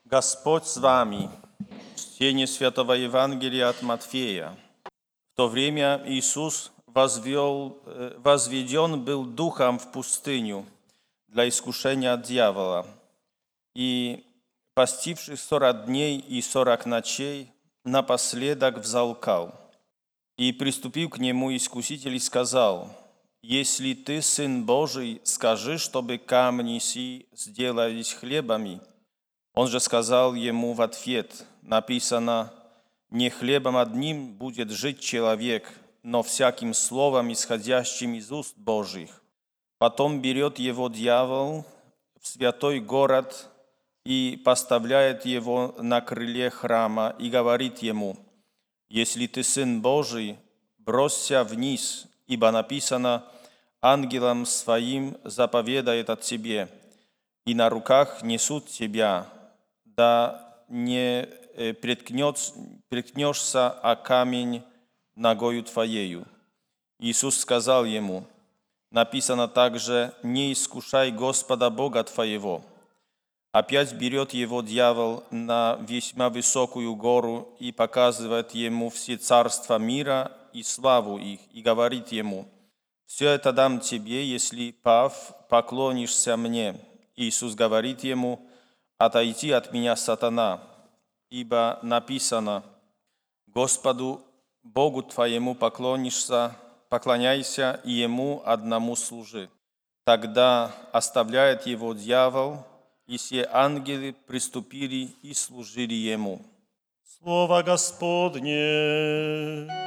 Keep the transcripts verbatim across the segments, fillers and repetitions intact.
Господь с вами. Чтение Святого Евангелия от Матфея. В то время Иисус возвел, возведен был духом в пустыню для искушения от дьявола. И, постившись сорок дней и сорок ночей, напоследок взалкал. И, приступив к нему, искуситель и сказал: «Если ты Сын Божий, скажи, чтобы камни сии сделались хлебами». Он же сказал ему в ответ: написано: «Не хлебом одним будет жить человек, но всяким словом, исходящим из уст Божьих». Потом берет его дьявол в святой город и поставляет его на крыле храма и говорит ему: «Если ты Сын Божий, бросься вниз, ибо написано: ангелам своим заповедает от тебе, и на руках несут тебя, да не преткнешься о камень ногою твоею». Иисус сказал ему: написано также: «Не искушай Господа Бога твоего». Опять берет его дьявол на весьма высокую гору и показывает ему все царства мира и славу их, и говорит ему: «Все это дам тебе, если, пав, поклонишься мне». Иисус говорит ему: «Отойди от меня, сатана, ибо написано: Господу Богу твоему поклонишься, поклоняйся и Ему одному служи». Тогда оставляет его дьявол, и все ангелы приступили и служили ему. Слово Господне.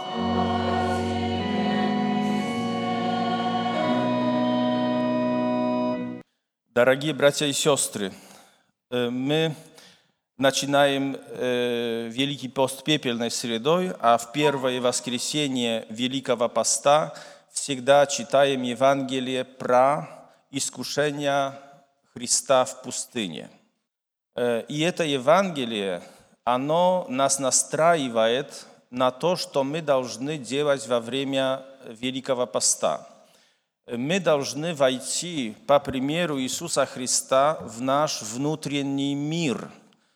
Дорогие братья и сестры, мы начинаем Великий пост пепельной средой, а в первое воскресенье Великого поста всегда читаем Евангелие про искушение Христа в пустыне. И это Евангелие, оно нас настраивает на то, что мы должны делать во время Великого поста. Мы должны войти, по примеру Иисуса Христа, в наш внутренний мир,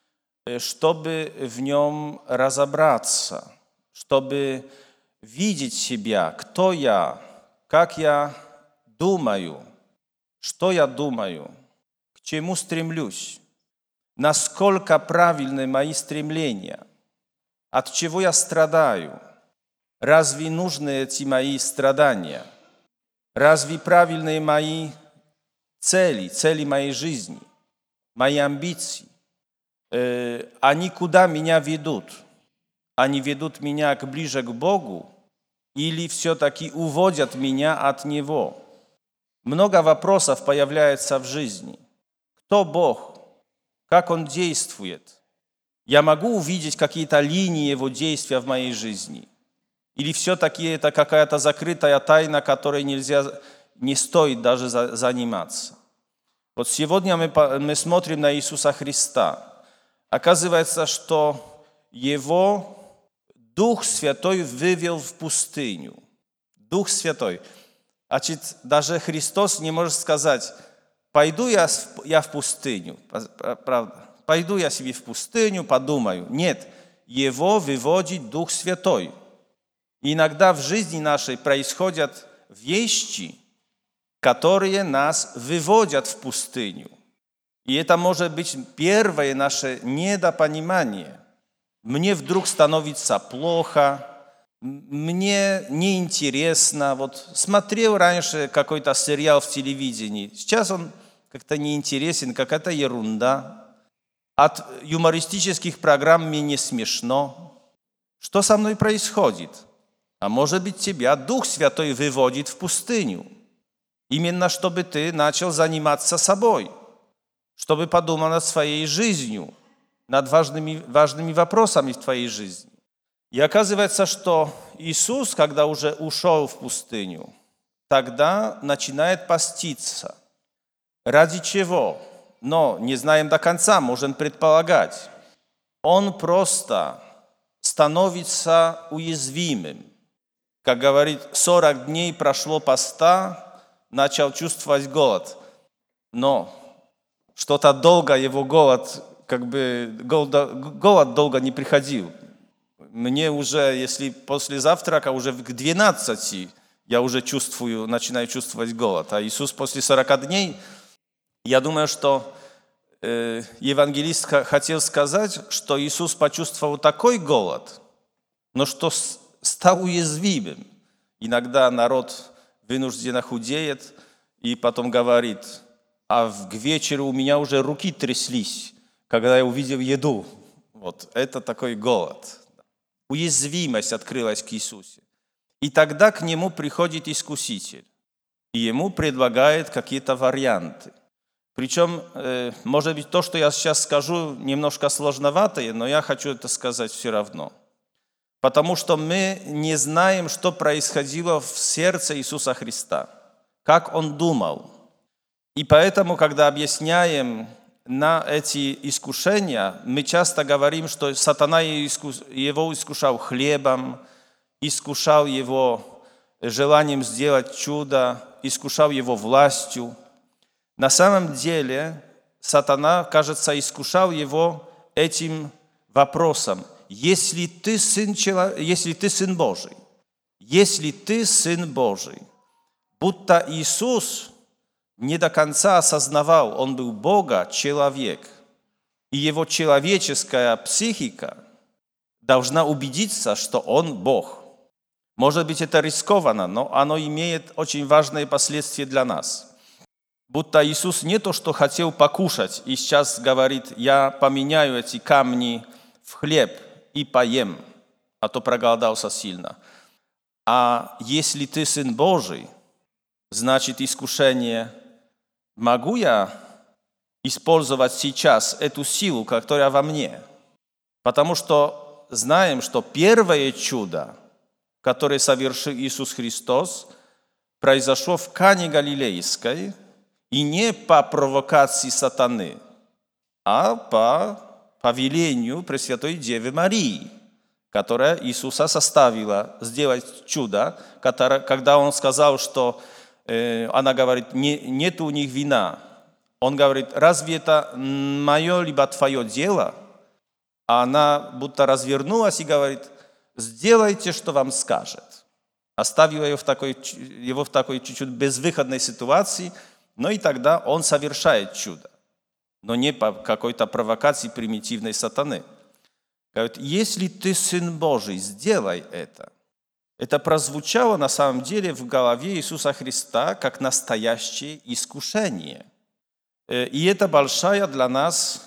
чтобы в нем разобраться, чтобы видеть себя, кто я, как я думаю, что я думаю, к чему стремлюсь, насколько правильны мои стремления, от чего я страдаю, разве нужны эти мои страдания, разве правильные мои цели, цели моей жизни, мои амбиции, э, они куда меня ведут? Они ведут меня ближе к Богу или все-таки уводят меня от Него? Много вопросов появляется в жизни. Кто Бог? Как Он действует? Я могу увидеть какие-то линии Его действия в моей жизни? Или все-таки это какая-то закрытая тайна, которой нельзя, не стоит даже за, заниматься? Вот сегодня мы, мы смотрим на Иисуса Христа. Оказывается, что Его Дух Святой вывел в пустыню. Дух Святой. Значит, даже Христос не может сказать: пойду я, я в пустыню, правда, пойду я себе в пустыню, подумаю. Нет, Его выводит Дух Святой. И иногда в жизни нашей происходят вещи, которые нас выводят в пустыню. И это может быть первое наше недопонимание. Мне вдруг становится плохо, мне неинтересно. Вот смотрел раньше какой-то сериал в телевидении, сейчас он как-то неинтересен, какая-то ерунда. От юмористических программ мне не смешно. Что со мной происходит? А может быть, тебя Дух Святой выводит в пустыню, именно чтобы ты начал заниматься собой, чтобы подумал над своей жизнью, над важными, важными вопросами в твоей жизни. И оказывается, что Иисус, когда уже ушел в пустыню, тогда начинает поститься. Ради чего? Но не знаем до конца, можем предполагать. Он просто становится уязвимым. Как говорит, сорок дней прошло поста, начал чувствовать голод. Но что-то долго его голод как бы голод, голод долго не приходил. Мне уже, если после завтрака, уже к двенадцати я уже чувствую, начинаю чувствовать голод. А Иисус после сорока дней, я думаю, что э, евангелист хотел сказать, что Иисус почувствовал такой голод, но что стал уязвимым. Иногда народ вынужденно худеет и потом говорит: а к вечеру у меня уже руки тряслись, когда я увидел еду. Вот это такой голод. Уязвимость открылась к Иисусу. И тогда к нему приходит искуситель, и ему предлагает какие-то варианты. Причем, может быть, то, что я сейчас скажу, немножко сложноватое, но я хочу это сказать все равно. Потому что мы не знаем, что происходило в сердце Иисуса Христа, как Он думал. И поэтому, когда объясняем на эти искушения, мы часто говорим, что сатана его искушал хлебом, искушал его желанием сделать чудо, искушал его властью. На самом деле сатана, кажется, искушал его этим вопросом: если ты сын, чело... если ты сын Божий, если ты сын Божий, будто Иисус не до конца осознавал, он был Бога, человек, и его человеческая психика должна убедиться, что он Бог. Может быть, это рискованно, но оно имеет очень важные последствия для нас. Будто Иисус не то, что хотел покушать, и сейчас говорит: я поменяю эти камни в хлеб и поем, а то проголодался сильно. А если ты сын Божий, значит искушение: могу я использовать сейчас эту силу, которая во мне? Потому что знаем, что первое чудо, которое совершил Иисус Христос, произошло в Кане Галилейской, и не по провокации сатаны, а по повелению Пресвятой Девы Марии, которая Иисуса заставила сделать чудо, когда Он сказал, что э, она говорит: не, нет у них вина. Он говорит: разве это мое либо твое дело? А она будто развернулась и говорит: сделайте, что вам скажет. Оставила его в такой, его в такой чуть-чуть безвыходной ситуации, но и тогда он совершает чудо, но не по какой-то провокации примитивной сатаны. Говорит: если ты сын Божий, сделай это. Это прозвучало на самом деле в голове Иисуса Христа как настоящее искушение. И это большая для нас,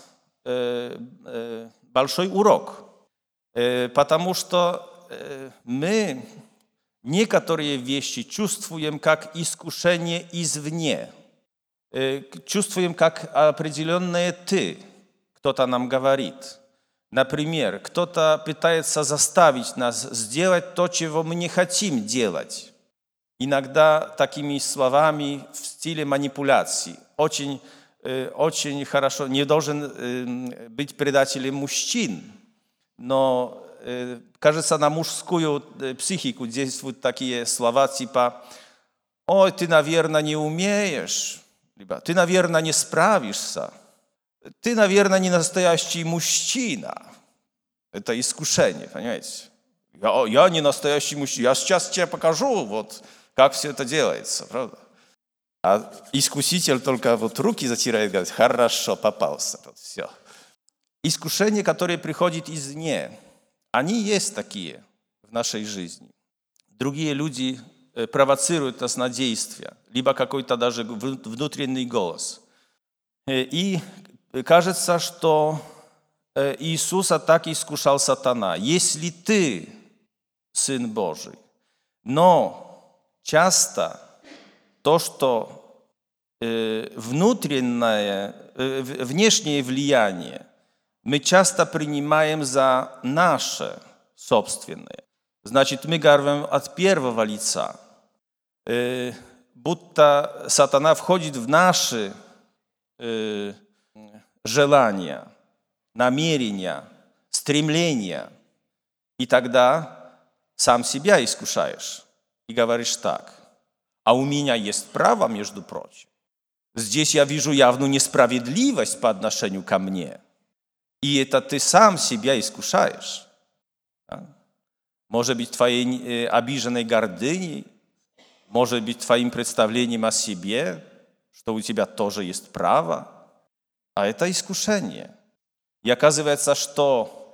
большой урок, потому что мы некоторые вещи чувствуем как искушение извне, чувствуем как определенное «ты», кто-то нам говорит. Например, кто-то пытается заставить нас сделать то, чего мы не хотим делать. Иногда такими словами в стиле манипуляции. Очень, очень хорошо, не должен быть предателем мужчин, но, кажется, на мужскую психику действуют такие слова типа: «Ой, ты, наверное, не умеешь», либо «ты, наверное, не справишься», «ты, наверное, не настоящий мужчина». Это искушение, понимаете? Я, я не настоящий мужчина, я сейчас тебе покажу, вот, как все это делается, правда? А искуситель только вот руки затирает и говорит: хорошо, попался, вот, все. Искушения, которые приходят извне, они есть такие в нашей жизни. Другие люди провоцируют нас на действия, либо какой-то даже внутренний голос. И кажется, что Иисуса так искушал сатана: если ты сын Божий. Но часто то, что внутреннее, внешнее влияние мы часто принимаем за наше собственное. Значит, мы говорим от первого лица, будто сатана входит в наши желания, намерения, стремления. И тогда сам себя искушаешь и говоришь так: а у меня есть право, между прочим. Здесь я вижу явную несправедливость по отношению ко мне. И это ты сам себя искушаешь. Да? Может быть, твоей э, обиженной гордыней, может быть, твоим представлением о себе, что у тебя тоже есть право. А это искушение. И оказывается, что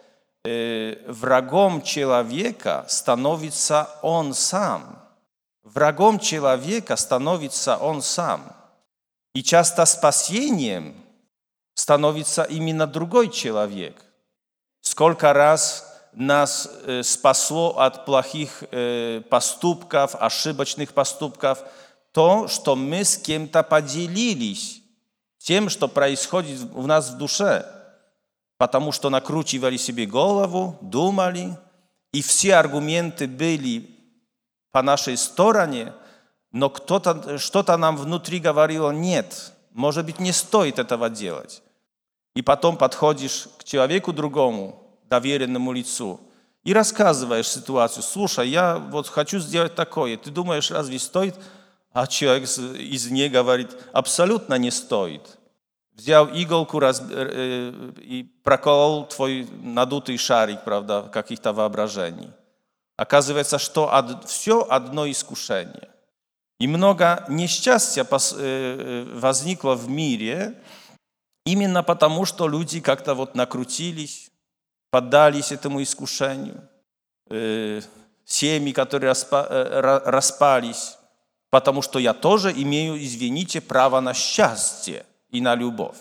э, врагом человека становится он сам. Врагом человека становится он сам. И часто спасением становится именно другой человек. Сколько раз нас э, спасло от плохих э, поступков, ошибочных поступков, то, что мы с кем-то поделились тем, что происходит у нас в душе, потому что накручивали себе голову, думали, и все аргументы были по нашей стороне, но кто-то, что-то нам внутри говорило: нет, может быть, не стоит этого делать. И потом подходишь к человеку другому, доверенному лицу, и рассказываешь ситуацию: слушай, я вот хочу сделать такое, ты думаешь, разве стоит? А человек из нее говорит: абсолютно не стоит. Взял иголку раз, э, и проколол твой надутый шарик, правда, каких-то воображений. Оказывается, что од, все одно искушение. И много несчастья пос, э, возникло в мире именно потому, что люди как-то вот накрутились, поддались этому искушению. Э, семьи, которые распа, э, распались, потому что я тоже имею, извините, право на счастье и на любовь.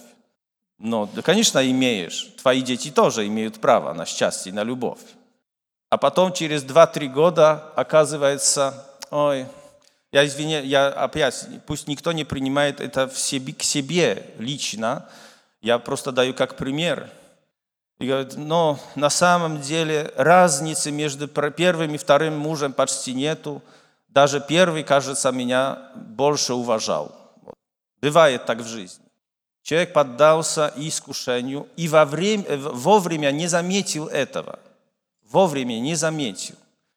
Но, да, конечно, имеешь. Твои дети тоже имеют право на счастье и на любовь. А потом через два-три года оказывается: ой, я извиняюсь, я опять, пусть никто не принимает это в себе, к себе лично, я просто даю как пример. И говорит: но на самом деле разницы между первым и вторым мужем почти нету. Даже первый, кажется, меня больше уважал. Бывает так в жизни. Человек поддался искушению и во время, вовремя не заметил этого. Вовремя не заметил.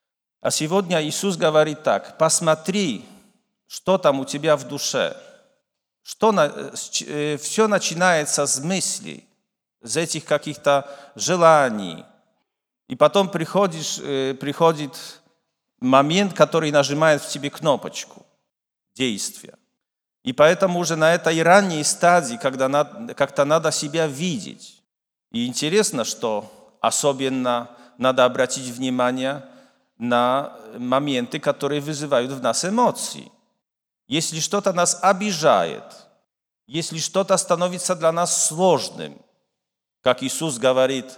А сегодня Иисус говорит так: посмотри, что там у тебя в душе. Что на, все начинается с мыслей, с этих каких-то желаний. И потом приходишь, приходит момент, который нажимает в тебе кнопочку действия. И поэтому уже на этой ранней стадии, когда надо, как-то надо себя видеть. И интересно, что особенно надо обратить внимание на моменты, которые вызывают в нас эмоции. Если что-то нас обижает, если что-то становится для нас сложным, как Иисус говорит,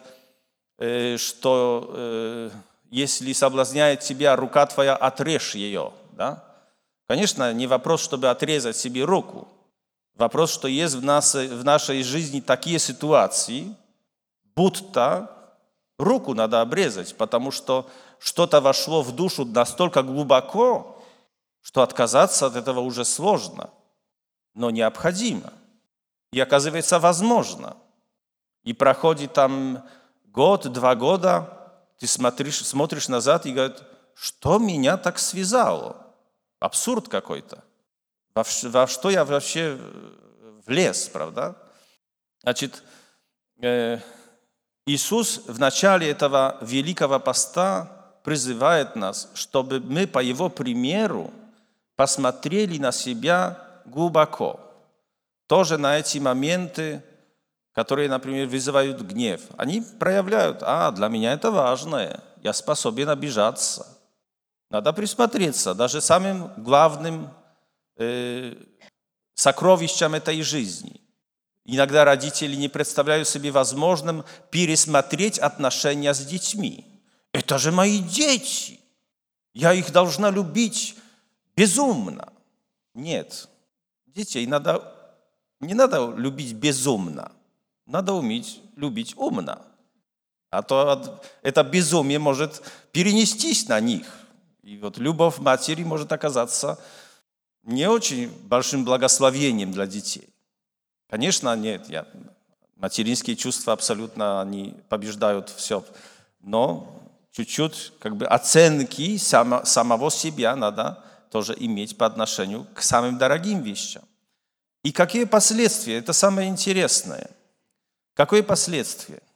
что если соблазняет тебя рука твоя, отрежь ее. Да? Конечно, не вопрос, чтобы отрезать себе руку. Вопрос, что есть в, нас, в нашей жизни такие ситуации, будто руку надо обрезать, потому что что-то вошло в душу настолько глубоко, что отказаться от этого уже сложно, но необходимо. И оказывается, возможно. И проходит там год, два года, ты смотришь, смотришь назад и говоришь: что меня так связало? Абсурд какой-то. Во, во что я вообще влез, правда? Значит, э, Иисус в начале этого Великого Поста призывает нас, чтобы мы по Его примеру посмотрели на себя глубоко. Тоже на эти моменты, которые, например, вызывают гнев. Они проявляют: а, для меня это важное, я способен обижаться. Надо присмотреться даже самым главным э, сокровищам этой жизни. Иногда родители не представляют себе возможным пересмотреть отношения с детьми. Это же мои дети. Я их должна любить безумно. Нет, детей надо, не надо любить безумно. Надо уметь любить умно. А то это безумие может перенестись на них. И вот любовь матери может оказаться не очень большим благословением для детей. Конечно, нет, я, материнские чувства абсолютно они побеждают все. Но чуть-чуть как бы оценки само, самого себя надо тоже иметь по отношению к самым дорогим вещам. И какие последствия? Это самое интересное. Какое последствие?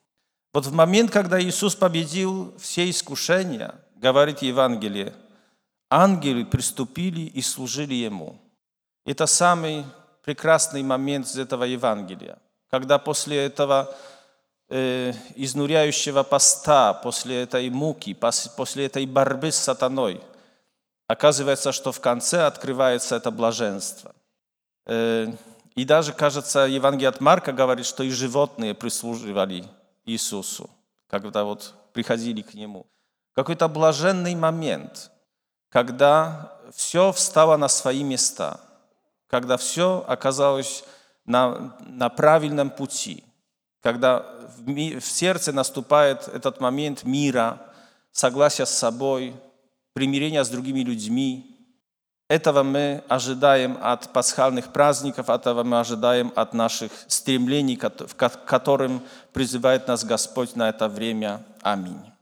Вот в момент, когда Иисус победил все искушения, говорит Евангелие, ангелы приступили и служили Ему. Это самый прекрасный момент из этого Евангелия, когда после этого э, изнуряющего поста, после этой муки, после этой борьбы с сатаной, оказывается, что в конце открывается это блаженство. Э, и даже, кажется, Евангелие от Марка говорит, что и животные прислуживали Иисусу, когда вот приходили к Нему. Какой-то блаженный момент, когда все встало на свои места, когда все оказалось на, на правильном пути, когда в, ми, в сердце наступает этот момент мира, согласия с собой, примирения с другими людьми. Этого мы ожидаем от пасхальных праздников, этого мы ожидаем от наших стремлений, к которым призывает нас Господь на это время. Аминь.